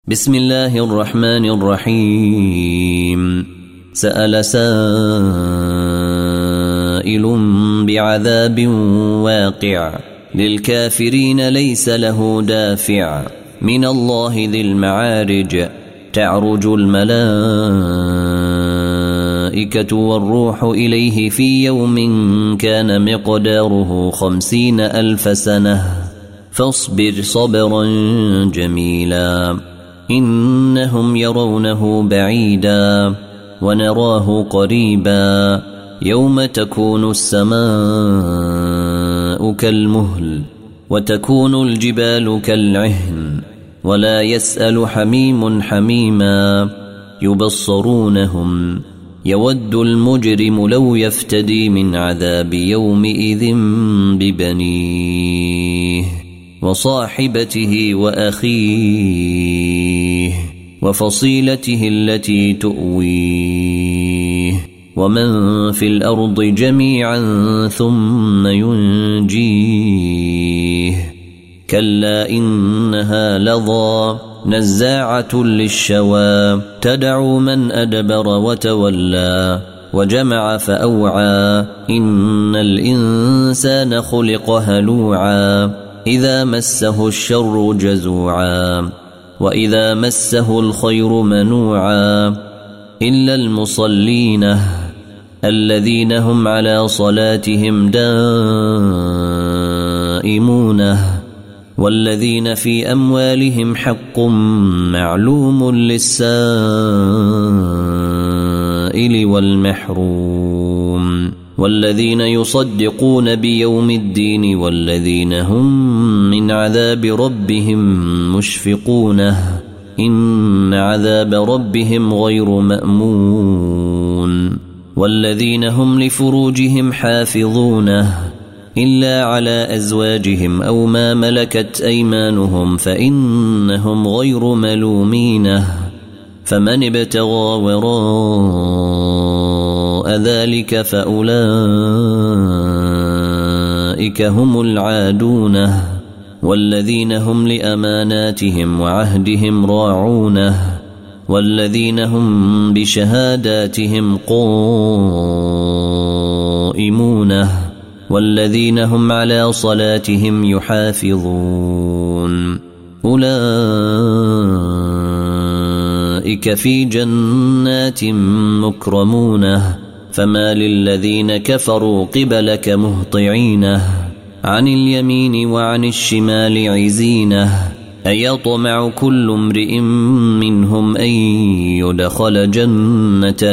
بسم الله الرحمن الرحيم. سأل سائل بعذاب واقع للكافرين ليس له دافع من الله ذي المعارج تعرج الملائكة والروح إليه في يوم كان مقداره 50,000 سنة فاصبر صبرا جميلا إنهم يرونه بعيدا ونراه قريبا يوم تكون السماء كالمهل وتكون الجبال كالعهن ولا يسأل حميم حميما يبصرونهم يود المجرم لو يفتدي من عذاب يومئذ ببنيه وصاحبته وأخيه وفصيلته التي تؤويه ومن في الأرض جميعا ثم ينجيه كلا إنها لظى نزاعة للشوى تدعو من أدبر وتولى وجمع فأوعى إن الإنسان خلق هلوعا إذا مسه الشر جزوعا وإذا مسه الخير منوعا إلا المصلين الذين هم على صلاتهم دائمون والذين في أموالهم حق معلوم للسائل والمحروم والذين يصدقون بيوم الدين والذين هم من عذاب ربهم مشفقون إن عذاب ربهم غير مأمون والذين هم لفروجهم حافظون إلا على أزواجهم أو ما ملكت أيمانهم فإنهم غير ملومين فمن ابتغى وراء ذلك فأولئك هم العادون والذين هم لأماناتهم وعهدهم راعون والذين هم بشهاداتهم قائمون والذين هم على صلاتهم يحافظون أولئك في جنات مكرمون فما للذين كفروا قبلك مهطعين عن اليمين وعن الشمال عزين أيطمع كل امرئ منهم أن يدخل جنة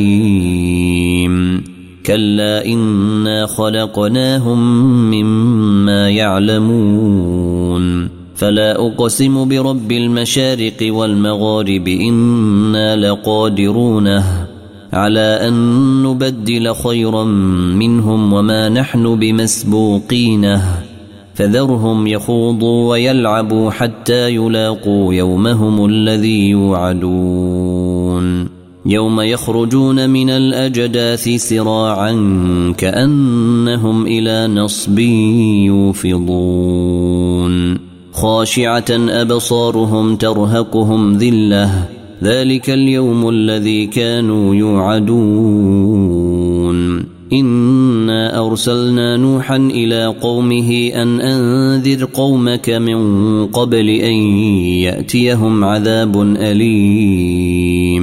نعيم كلا إنا خلقناهم مما يعلمون فلا أقسم برب المشارق والمغارب إنا لقادرون على أن نبدل خيرا منهم وما نحن بمسبوقين فذرهم يخوضوا ويلعبوا حتى يلاقوا يومهم الذي يوعدون يوم يخرجون من الأجداث سراعا كأنهم إلى نصب يوفضون خاشعة أبصارهم ترهقهم ذلة ذلك اليوم الذي كانوا يوعدون إنا أرسلنا نوحا إلى قومه أن أنذر قومك من قبل أن يأتيهم عذاب أليم